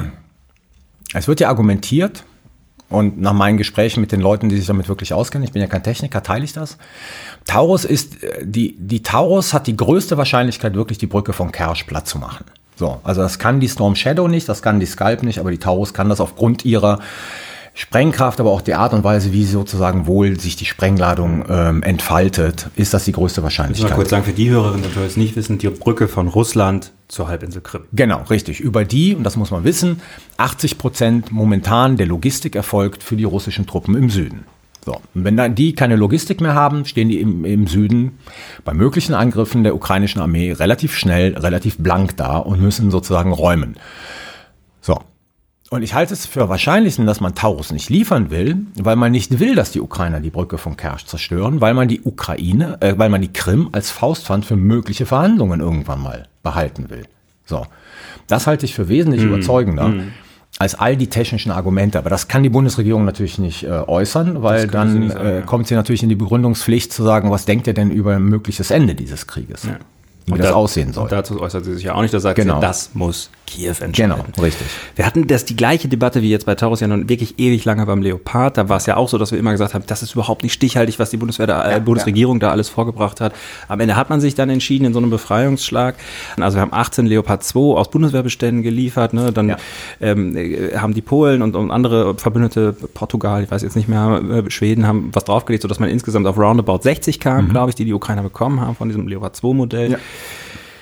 es wird ja argumentiert, und nach meinen Gesprächen mit den Leuten, die sich damit wirklich auskennen, ich bin ja kein Techniker, teile ich das. Taurus ist, die, die Taurus hat die größte Wahrscheinlichkeit, wirklich die Brücke von Kerch platt zu machen. So, also das kann die Storm Shadow nicht, das kann die Scalp nicht, aber die Taurus kann das aufgrund ihrer Sprengkraft, aber auch die Art und Weise, wie sozusagen wohl sich die Sprengladung ähm, entfaltet, ist das die größte Wahrscheinlichkeit. Ich muss mal kurz sagen, für die Hörerinnen, die es nicht wissen, die Brücke von Russland zur Halbinsel Krim. Genau, richtig. Über die, und das muss man wissen, achtzig Prozent momentan der Logistik erfolgt für die russischen Truppen im Süden. So, und wenn dann die keine Logistik mehr haben, stehen die im, im Süden bei möglichen Angriffen der ukrainischen Armee relativ schnell, relativ blank da und müssen sozusagen räumen. So. Und ich halte es für wahrscheinlich, dass man Taurus nicht liefern will, weil man nicht will, dass die Ukrainer die Brücke von Kerch zerstören, weil man die Ukraine, äh, weil man die Krim als Faustpfand für mögliche Verhandlungen irgendwann mal behalten will. So, das halte ich für wesentlich mm. überzeugender mm. als all die technischen Argumente. Aber das kann die Bundesregierung natürlich nicht äh, äußern, weil dann sagen, äh, ja. kommt sie natürlich in die Begründungspflicht zu sagen, was denkt ihr denn über ein mögliches Ende dieses Krieges? Ja. Wie und das da, aussehen soll. Und dazu äußert sie sich ja auch nicht, da sagt genau. sie, das muss Kiew entscheiden. Genau, richtig. Wir hatten das die gleiche Debatte wie jetzt bei Taurus ja nun wirklich ewig lange beim Leopard. Da war es ja auch so, dass wir immer gesagt haben, das ist überhaupt nicht stichhaltig, was die Bundeswehr da, äh, Bundesregierung ja. da alles vorgebracht hat. Am Ende hat man sich dann entschieden in so einem Befreiungsschlag. Also wir haben achtzehn Leopard zwei aus Bundeswehrbeständen geliefert. Ne? Dann ja. ähm, haben die Polen und, und andere Verbündete, Portugal, ich weiß jetzt nicht mehr, äh, Schweden, haben was draufgelegt, sodass man insgesamt auf roundabout sechzig kam, mhm. glaube ich, die die Ukrainer bekommen haben von diesem Leopard zwei Modell. Ja.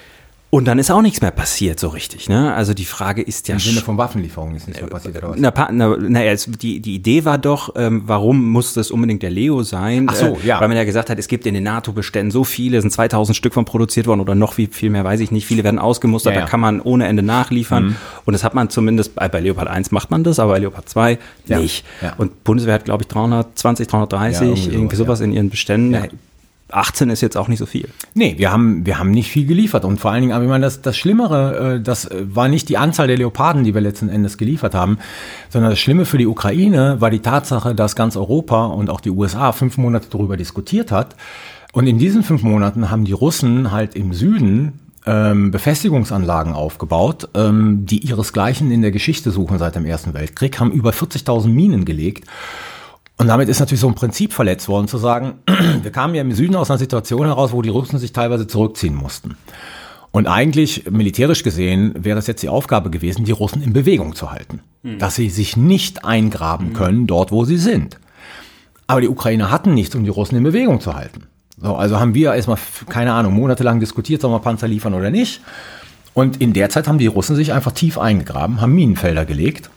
Und dann ist auch nichts mehr passiert so richtig. Ne? Also die Frage ist ja... Im Sinne von Waffenlieferungen ist nichts mehr passiert, oder was? Na, na, naja, die, die Idee war doch, ähm, warum musste es unbedingt der Leo sein? Ach so, ja. Äh, weil man ja gesagt hat, es gibt in den NATO-Beständen so viele, es sind zweitausend Stück von produziert worden oder noch viel, viel mehr, weiß ich nicht. Viele werden ausgemustert, ja, ja. Da kann man ohne Ende nachliefern. Mhm. Und das hat man zumindest, bei, bei Leopard eins macht man das, aber bei Leopard zwei ja. nicht. Ja. Und Bundeswehr hat, glaube ich, dreihundertzwanzig, dreihundertdreißig, ja, irgendwie, irgendwie sowas, sowas in ihren Beständen. Ja. achtzehn ist jetzt auch nicht so viel. Nee, wir haben, wir haben nicht viel geliefert. Und vor allen Dingen, aber ich meine, das, das Schlimmere, das war nicht die Anzahl der Leoparden, die wir letzten Endes geliefert haben, sondern das Schlimme für die Ukraine war die Tatsache, dass ganz Europa und auch die U S A fünf Monate darüber diskutiert hat. Und in diesen fünf Monaten haben die Russen halt im Süden ähm, Befestigungsanlagen aufgebaut, ähm, die ihresgleichen in der Geschichte suchen seit dem Ersten Weltkrieg, haben über vierzigtausend Minen gelegt. Und damit ist natürlich so ein Prinzip verletzt worden, zu sagen, wir kamen ja im Süden aus einer Situation heraus, wo die Russen sich teilweise zurückziehen mussten. Und eigentlich, militärisch gesehen, wäre es jetzt die Aufgabe gewesen, die Russen in Bewegung zu halten. Mhm. Dass sie sich nicht eingraben können, dort wo sie sind. Aber die Ukrainer hatten nichts, um die Russen in Bewegung zu halten. So, also haben wir erstmal, keine Ahnung, monatelang diskutiert, sollen wir Panzer liefern oder nicht. Und in der Zeit haben die Russen sich einfach tief eingegraben, haben Minenfelder gelegt.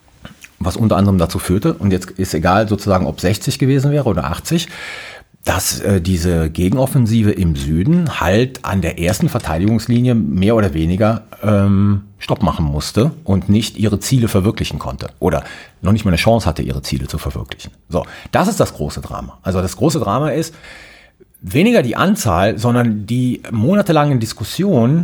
Was unter anderem dazu führte, und jetzt ist egal sozusagen, ob sechzig gewesen wäre oder achtzig, dass äh, diese Gegenoffensive im Süden halt an der ersten Verteidigungslinie mehr oder weniger ähm, Stopp machen musste und nicht ihre Ziele verwirklichen konnte. Oder noch nicht mal eine Chance hatte, ihre Ziele zu verwirklichen. So, das ist das große Drama. Also das große Drama ist weniger die Anzahl, sondern die monatelangen Diskussionen,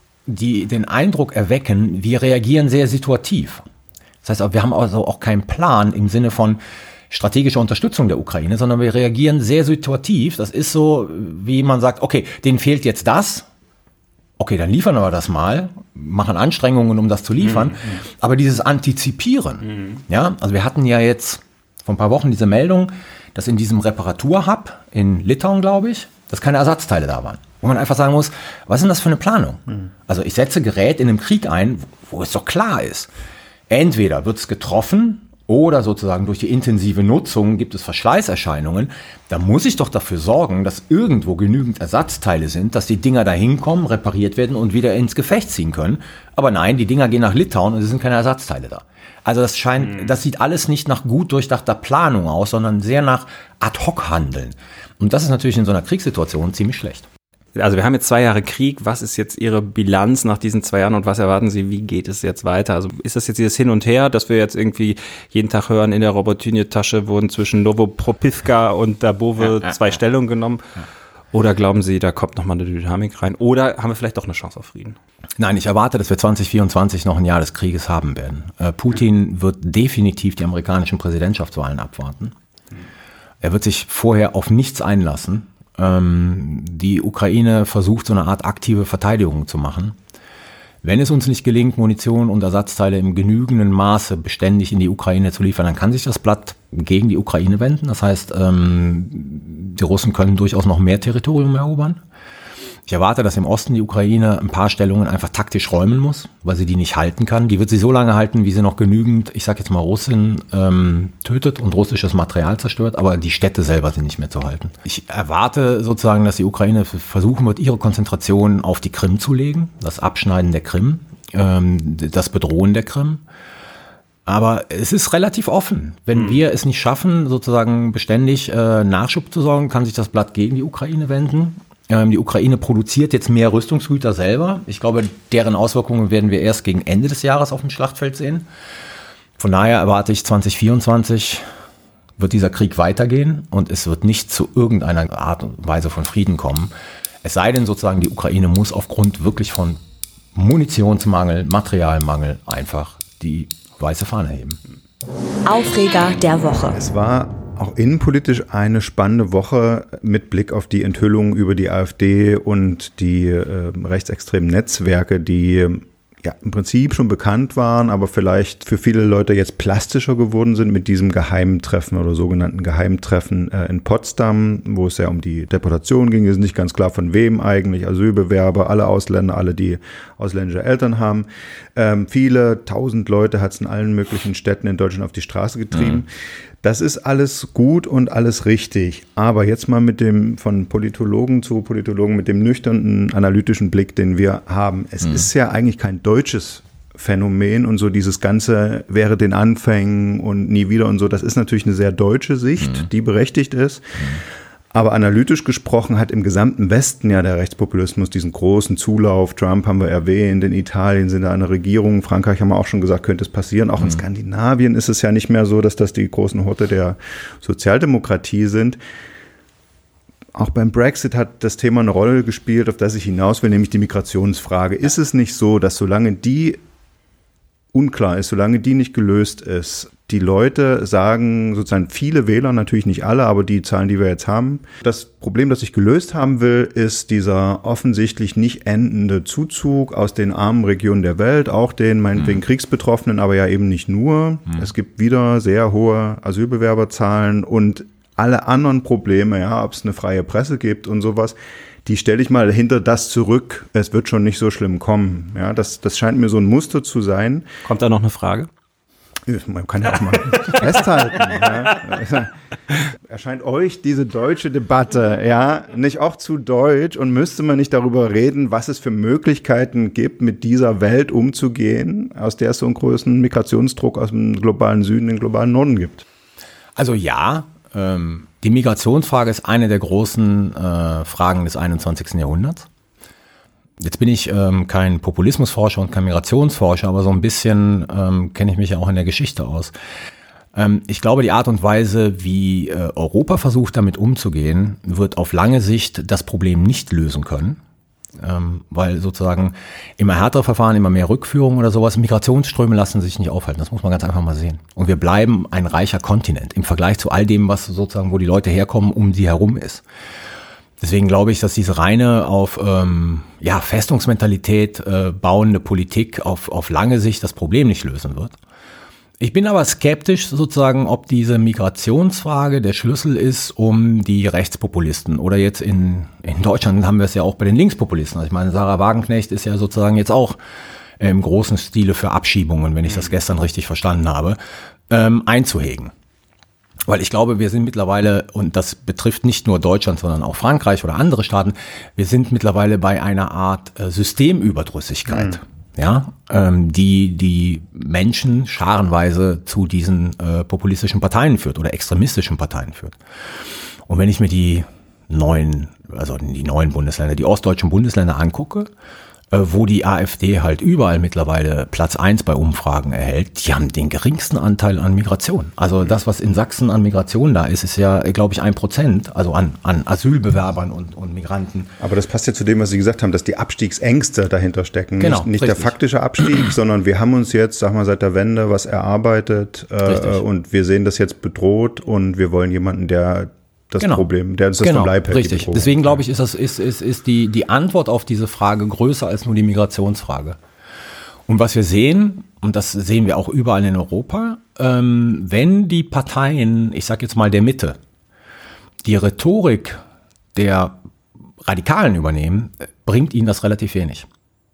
die den Eindruck erwecken, wir reagieren sehr situativ. Das heißt, wir haben also auch keinen Plan im Sinne von strategischer Unterstützung der Ukraine, sondern wir reagieren sehr situativ. Das ist so, wie man sagt, okay, denen fehlt jetzt das. Okay, dann liefern wir das mal, machen Anstrengungen, um das zu liefern. Mhm. Aber dieses Antizipieren, mhm. ja, also wir hatten ja jetzt vor ein paar Wochen diese Meldung, dass in diesem Reparaturhub in Litauen, glaube ich, dass keine Ersatzteile da waren. Wo man einfach sagen muss, was ist denn das für eine Planung? Mhm. Also ich setze Gerät in einem Krieg ein, wo es doch klar ist, entweder wird es getroffen oder sozusagen durch die intensive Nutzung gibt es Verschleißerscheinungen. Da muss ich doch dafür sorgen, dass irgendwo genügend Ersatzteile sind, dass die Dinger da hinkommen, repariert werden und wieder ins Gefecht ziehen können. Aber nein, die Dinger gehen nach Litauen und es sind keine Ersatzteile da. Also das scheint, das sieht alles nicht nach gut durchdachter Planung aus, sondern sehr nach Ad-Hoc-Handeln. Und das ist natürlich in so einer Kriegssituation ziemlich schlecht. Also wir haben jetzt zwei Jahre Krieg. Was ist jetzt Ihre Bilanz nach diesen zwei Jahren und was erwarten Sie, wie geht es jetzt weiter? Also ist das jetzt dieses Hin und Her, dass wir jetzt irgendwie jeden Tag hören, in der Robotynie-Tasche wurden zwischen Novopropivka und Dabove ja, zwei ja, Stellungen genommen? Ja. Oder glauben Sie, da kommt nochmal eine Dynamik rein? Oder haben wir vielleicht doch eine Chance auf Frieden? Nein, ich erwarte, dass wir zwanzig vierundzwanzig noch ein Jahr des Krieges haben werden. Äh, Putin wird definitiv die amerikanischen Präsidentschaftswahlen abwarten. Er wird sich vorher auf nichts einlassen. Ähm, die Ukraine versucht, so eine Art aktive Verteidigung zu machen. Wenn es uns nicht gelingt, Munition und Ersatzteile im genügenden Maße beständig in die Ukraine zu liefern, dann kann sich das Blatt gegen die Ukraine wenden. Das heißt, ähm, die Russen können durchaus noch mehr Territorium erobern. Ich erwarte, dass im Osten die Ukraine ein paar Stellungen einfach taktisch räumen muss, weil sie die nicht halten kann. Die wird sie so lange halten, wie sie noch genügend, ich sag jetzt mal Russen, ähm, tötet und russisches Material zerstört, aber die Städte selber sind nicht mehr zu halten. Ich erwarte sozusagen, dass die Ukraine versuchen wird, ihre Konzentration auf die Krim zu legen, das Abschneiden der Krim, ähm, das Bedrohen der Krim. Aber es ist relativ offen. Wenn mhm. wir es nicht schaffen, sozusagen beständig äh, Nachschub zu sorgen, kann sich das Blatt gegen die Ukraine wenden. Die Ukraine produziert jetzt mehr Rüstungsgüter selber. Ich glaube, deren Auswirkungen werden wir erst gegen Ende des Jahres auf dem Schlachtfeld sehen. Von daher erwarte ich, zwanzig vierundzwanzig wird dieser Krieg weitergehen und es wird nicht zu irgendeiner Art und Weise von Frieden kommen. Es sei denn sozusagen, die Ukraine muss aufgrund wirklich von Munitionsmangel, Materialmangel einfach die weiße Fahne heben. Aufreger der Woche. Es war auch innenpolitisch eine spannende Woche mit Blick auf die Enthüllungen über die AfD und die äh, rechtsextremen Netzwerke, die ja im Prinzip schon bekannt waren, aber vielleicht für viele Leute jetzt plastischer geworden sind mit diesem Geheimtreffen oder sogenannten Geheimtreffen äh, in Potsdam, wo es ja um die Deportation ging. Es ist nicht ganz klar, von wem eigentlich, Asylbewerber, alle Ausländer, alle, die ausländische Eltern haben. Ähm, viele tausend Leute hat es in allen möglichen Städten in Deutschland auf die Straße getrieben. Mhm. Das ist alles gut und alles richtig, aber jetzt mal mit dem von Politologen zu Politologen mit dem nüchternen analytischen Blick, den wir haben. Es mhm. ist ja eigentlich kein deutsches Phänomen und so dieses Ganze wäre den Anfängen und nie wieder und so, das ist natürlich eine sehr deutsche Sicht, mhm. die berechtigt ist. Mhm. Aber analytisch gesprochen hat im gesamten Westen ja der Rechtspopulismus diesen großen Zulauf. Trump haben wir erwähnt, in Italien sind da eine Regierung, Frankreich haben wir auch schon gesagt, könnte es passieren. Auch mhm. in Skandinavien ist es ja nicht mehr so, dass das die großen Horte der Sozialdemokratie sind. Auch beim Brexit hat das Thema eine Rolle gespielt, auf das ich hinaus will, nämlich die Migrationsfrage. Ist es nicht so, dass solange die unklar ist, solange die nicht gelöst ist, die Leute sagen, sozusagen viele Wähler, natürlich nicht alle, aber die Zahlen, die wir jetzt haben. Das Problem, das ich gelöst haben will, ist dieser offensichtlich nicht endende Zuzug aus den armen Regionen der Welt, auch den meinetwegen mhm. Kriegsbetroffenen, aber ja eben nicht nur. Mhm. Es gibt wieder sehr hohe Asylbewerberzahlen und alle anderen Probleme, ja, ob es eine freie Presse gibt und sowas, die stelle ich mal hinter das zurück. Es wird schon nicht so schlimm kommen. Ja, das, das scheint mir so ein Muster zu sein. Kommt da noch eine Frage? Man kann ja auch mal festhalten. Ja. Erscheint euch diese deutsche Debatte ja nicht auch zu deutsch und müsste man nicht darüber reden, was es für Möglichkeiten gibt, mit dieser Welt umzugehen, aus der es so einen großen Migrationsdruck aus dem globalen Süden in den globalen Norden gibt? Also ja, ähm, die Migrationsfrage ist eine der großen äh, Fragen des einundzwanzigsten Jahrhunderts. Jetzt bin ich ähm, kein Populismusforscher und kein Migrationsforscher, aber so ein bisschen ähm, kenne ich mich ja auch in der Geschichte aus. Ähm, ich glaube, die Art und Weise, wie äh, Europa versucht, damit umzugehen, wird auf lange Sicht das Problem nicht lösen können. Ähm, weil sozusagen immer härtere Verfahren, immer mehr Rückführung oder sowas, Migrationsströme lassen sich nicht aufhalten. Das muss man ganz einfach mal sehen. Und wir bleiben ein reicher Kontinent im Vergleich zu all dem, was sozusagen, wo die Leute herkommen, um sie herum ist. Deswegen glaube ich, dass diese reine auf ähm, ja, Festungsmentalität äh, bauende Politik auf, auf lange Sicht das Problem nicht lösen wird. Ich bin aber skeptisch sozusagen, ob diese Migrationsfrage der Schlüssel ist, um die Rechtspopulisten oder jetzt in, in Deutschland haben wir es ja auch bei den Linkspopulisten. Also ich meine, Sarah Wagenknecht ist ja sozusagen jetzt auch im großen Stile für Abschiebungen, wenn ich das gestern richtig verstanden habe, ähm, einzuhegen. Weil ich glaube, wir sind mittlerweile, und das betrifft nicht nur Deutschland, sondern auch Frankreich oder andere Staaten, wir sind mittlerweile bei einer Art äh, Systemüberdrüssigkeit, mhm. ja, ähm, die die Menschen scharenweise zu diesen äh, populistischen Parteien führt oder extremistischen Parteien führt. Und wenn ich mir die neuen, also die neuen Bundesländer, die ostdeutschen Bundesländer angucke, wo die AfD halt überall mittlerweile Platz eins bei Umfragen erhält, die haben den geringsten Anteil an Migration. Also das, was in Sachsen an Migration da ist, ist ja, glaube ich, ein Prozent, also an, an Asylbewerbern und, und Migranten. Aber das passt ja zu dem, was Sie gesagt haben, dass die Abstiegsängste dahinter stecken. Genau, nicht nicht der faktische Abstieg, sondern wir haben uns jetzt, sag mal, seit der Wende was erarbeitet äh, und wir sehen das jetzt bedroht und wir wollen jemanden, der das genau. Problem, der uns das genau. vom Leib hält. Richtig. Deswegen glaube ich, ist das ist ist ist die die Antwort auf diese Frage größer als nur die Migrationsfrage. Und was wir sehen, und das sehen wir auch überall in Europa, ähm, wenn die Parteien, ich sage jetzt mal der Mitte, die Rhetorik der Radikalen übernehmen, bringt ihnen das relativ wenig.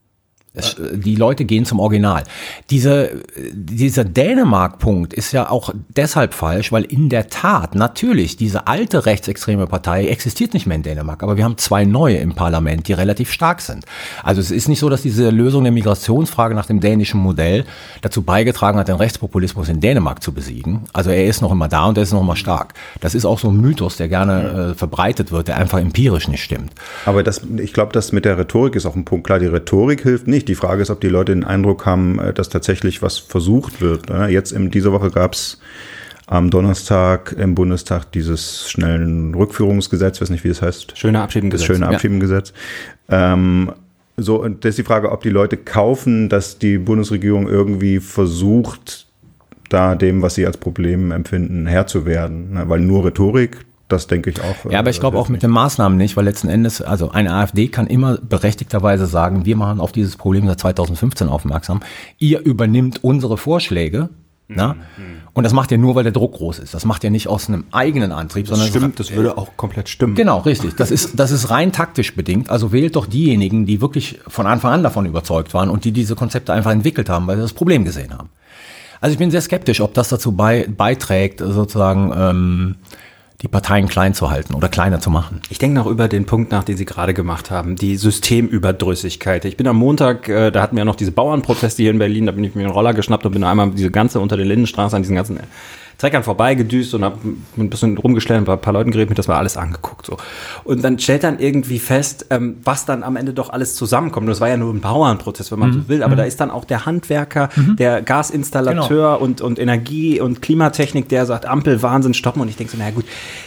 Es, die Leute gehen zum Original. Diese, dieser Dänemark-Punkt ist ja auch deshalb falsch, weil in der Tat natürlich diese alte rechtsextreme Partei existiert nicht mehr in Dänemark, aber wir haben zwei neue im Parlament, die relativ stark sind. Also es ist nicht so, dass diese Lösung der Migrationsfrage nach dem dänischen Modell dazu beigetragen hat, den Rechtspopulismus in Dänemark zu besiegen. Also er ist noch immer da und er ist noch immer stark. Das ist auch so ein Mythos, der gerne äh, verbreitet wird, der einfach empirisch nicht stimmt. Aber das, ich glaube, das mit der Rhetorik ist auch ein Punkt. Klar, die Rhetorik hilft nicht. Die Frage ist, ob die Leute den Eindruck haben, dass tatsächlich was versucht wird. Jetzt in dieser Woche gab es am Donnerstag im Bundestag dieses schnellen Rückführungsgesetz, weiß nicht, wie das heißt. Schöne Abschiebengesetz. Das schöne Abschiebengesetz. Ja. Ähm, so, und das ist die Frage, ob die Leute kaufen, dass die Bundesregierung irgendwie versucht, da dem, was sie als Problem empfinden, Herr zu werden. Weil nur Rhetorik Das denke ich auch. Ja, aber ich glaube auch mit den Maßnahmen nicht, weil letzten Endes, also eine AfD kann immer berechtigterweise sagen, wir machen auf dieses Problem seit zweitausendfünfzehn aufmerksam, ihr übernimmt unsere Vorschläge, mhm. na? Und das macht ihr nur, weil der Druck groß ist. Das macht ihr nicht aus einem eigenen Antrieb, das sondern stimmt, das würde auch komplett stimmen. Genau, richtig. Das ist, das ist rein taktisch bedingt. Also wählt doch diejenigen, die wirklich von Anfang an davon überzeugt waren und die diese Konzepte einfach entwickelt haben, weil sie das Problem gesehen haben. Also ich bin sehr skeptisch, ob das dazu bei, beiträgt, sozusagen ähm, die Parteien klein zu halten oder kleiner zu machen. Ich denke noch über den Punkt nach, den Sie gerade gemacht haben, die Systemüberdrüssigkeit. Ich bin am Montag, äh, da hatten wir ja noch diese Bauernproteste hier in Berlin, da bin ich mir einen Roller geschnappt und bin einmal diese ganze unter der Lindenstraße an diesen ganzen Treckern vorbeigedüst und habe ein bisschen rumgestellt, ein paar, paar Leuten geredet, mir das mal alles angeguckt. So. Und dann stellt dann irgendwie fest, ähm, was dann am Ende doch alles zusammenkommt. Und das war ja nur ein Bauernprozess, wenn man mhm. so will, aber mhm. da ist dann auch der Handwerker, mhm. der Gasinstallateur genau. und, und Energie- und Klimatechnik, der sagt, Ampel, Wahnsinn, stoppen. Und ich denke so, naja gut,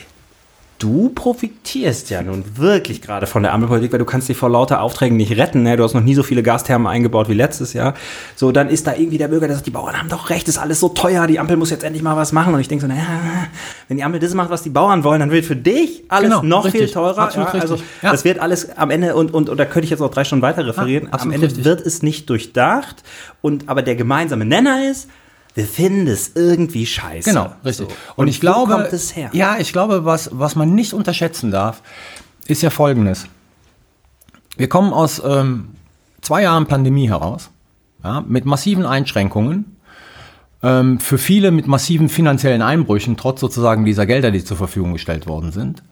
du profitierst ja nun wirklich gerade von der Ampelpolitik, weil du kannst dich vor lauter Aufträgen nicht retten. Ne? Du hast noch nie so viele Gasthermen eingebaut wie letztes Jahr. So, dann ist da irgendwie der Bürger, der sagt, die Bauern haben doch recht, ist alles so teuer, die Ampel muss jetzt endlich mal was machen. Und ich denke so, naja, wenn die Ampel das macht, was die Bauern wollen, dann wird für dich alles genau, noch richtig, viel teurer. Ja, also ja. Das wird alles am Ende, und, und, und da könnte ich jetzt noch drei Stunden weiter referieren, ja, am Ende richtig. Wird es nicht durchdacht. Und aber der gemeinsame Nenner ist, wir finden es irgendwie scheiße. Genau, richtig. So. Und, und ich glaube, wo kommt es her? Ja, ich glaube, was, was man nicht unterschätzen darf, ist ja Folgendes. Wir kommen aus ähm, zwei Jahren Pandemie heraus, ja, mit massiven Einschränkungen, ähm, für viele mit massiven finanziellen Einbrüchen, trotz sozusagen dieser Gelder, die zur Verfügung gestellt worden sind.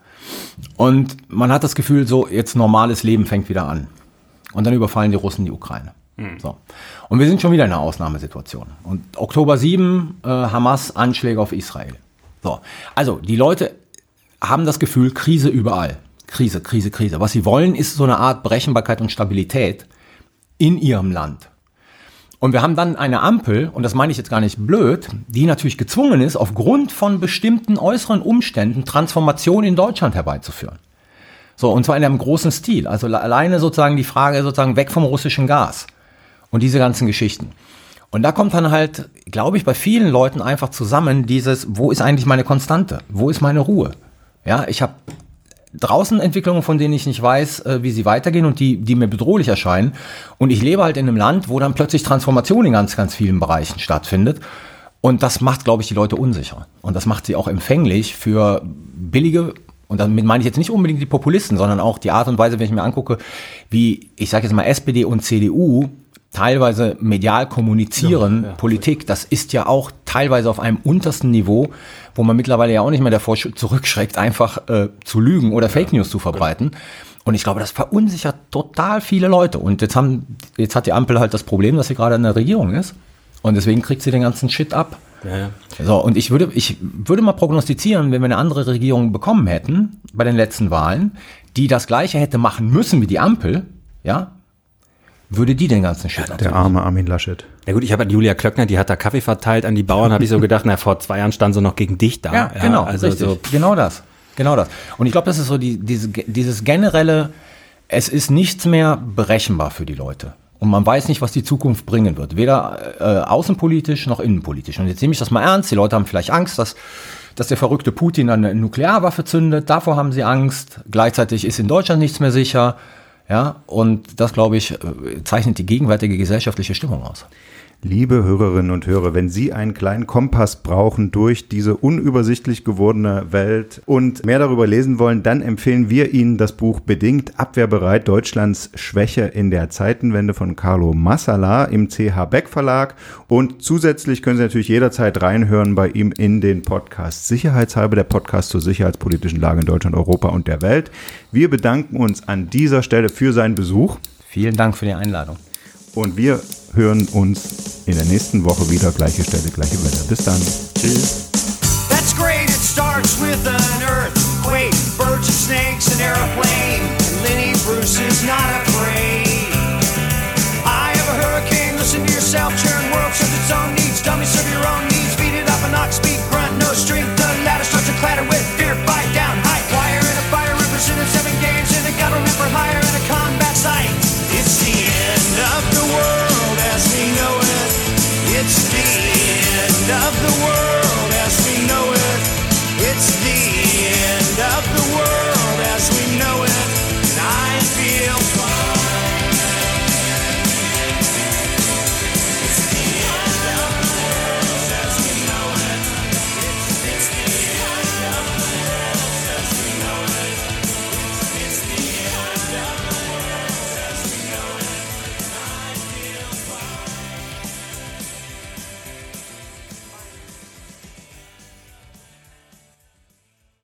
Und man hat das Gefühl, so jetzt normales Leben fängt wieder an. Und dann überfallen die Russen die Ukraine. So. Und wir sind schon wieder in einer Ausnahmesituation. Und Oktober sieben, äh, Hamas-Anschläge auf Israel. So. Also, die Leute haben das Gefühl, Krise überall. Krise, Krise, Krise. Was sie wollen, ist so eine Art Berechenbarkeit und Stabilität in ihrem Land. Und wir haben dann eine Ampel, und das meine ich jetzt gar nicht blöd, die natürlich gezwungen ist, aufgrund von bestimmten äußeren Umständen Transformation in Deutschland herbeizuführen. So, und zwar in einem großen Stil. Also alleine sozusagen die Frage sozusagen weg vom russischen Gas. Und diese ganzen Geschichten. Und da kommt dann halt, glaube ich, bei vielen Leuten einfach zusammen dieses, wo ist eigentlich meine Konstante? Wo ist meine Ruhe? Ja, ich habe draußen Entwicklungen, von denen ich nicht weiß, wie sie weitergehen und die, die mir bedrohlich erscheinen. Und ich lebe halt in einem Land, wo dann plötzlich Transformation in ganz, ganz vielen Bereichen stattfindet. Und das macht, glaube ich, die Leute unsicher. Und das macht sie auch empfänglich für billige, und damit meine ich jetzt nicht unbedingt die Populisten, sondern auch die Art und Weise, wenn ich mir angucke, wie, ich sage jetzt mal, S P D und C D U teilweise medial kommunizieren, ja, ja, Politik, das ist ja auch teilweise auf einem untersten Niveau, wo man mittlerweile ja auch nicht mehr davor zurückschreckt, einfach äh, zu lügen oder Fake News zu verbreiten. Und ich glaube, das verunsichert total viele Leute. Und jetzt haben, jetzt hat die Ampel halt das Problem, dass sie gerade in der Regierung ist. Und deswegen kriegt sie den ganzen Shit ab. Ja, ja. So, und ich würde, ich würde mal prognostizieren, wenn wir eine andere Regierung bekommen hätten bei den letzten Wahlen, die das Gleiche hätte machen müssen wie die Ampel, ja, würde die den ganzen Shit Der arme Armin Laschet. Ja gut, ich habe halt Julia Klöckner, die hat da Kaffee verteilt an die Bauern, habe ich so gedacht, na, vor zwei Jahren stand sie noch gegen dich da. Ja, ja genau, also richtig. So. Genau das, genau das. Und ich glaube, das ist so die, diese, dieses generelle, es ist nichts mehr berechenbar für die Leute. Und man weiß nicht, was die Zukunft bringen wird. Weder äh, außenpolitisch noch innenpolitisch. Und jetzt nehme ich das mal ernst. Die Leute haben vielleicht Angst, dass, dass der verrückte Putin eine Nuklearwaffe zündet. Davor haben sie Angst. Gleichzeitig ist in Deutschland nichts mehr sicher. Ja, und das, glaube ich, zeichnet die gegenwärtige gesellschaftliche Stimmung aus. Liebe Hörerinnen und Hörer, wenn Sie einen kleinen Kompass brauchen durch diese unübersichtlich gewordene Welt und mehr darüber lesen wollen, dann empfehlen wir Ihnen das Buch Bedingt abwehrbereit, Deutschlands Schwäche in der Zeitenwende von Carlo Massala im C H Beck Verlag. Und zusätzlich können Sie natürlich jederzeit reinhören bei ihm in den Podcast Sicherheitshalber, der Podcast zur sicherheitspolitischen Lage in Deutschland, Europa und der Welt. Wir bedanken uns an dieser Stelle für seinen Besuch. Vielen Dank für die Einladung. Und wir hören uns in der nächsten Woche wieder. Gleiche Stelle, gleiche Welle. Bis dann. Tschüss. That's great. It starts with an earthquake, birds and snakes, an airplane. Lenny Bruce is not a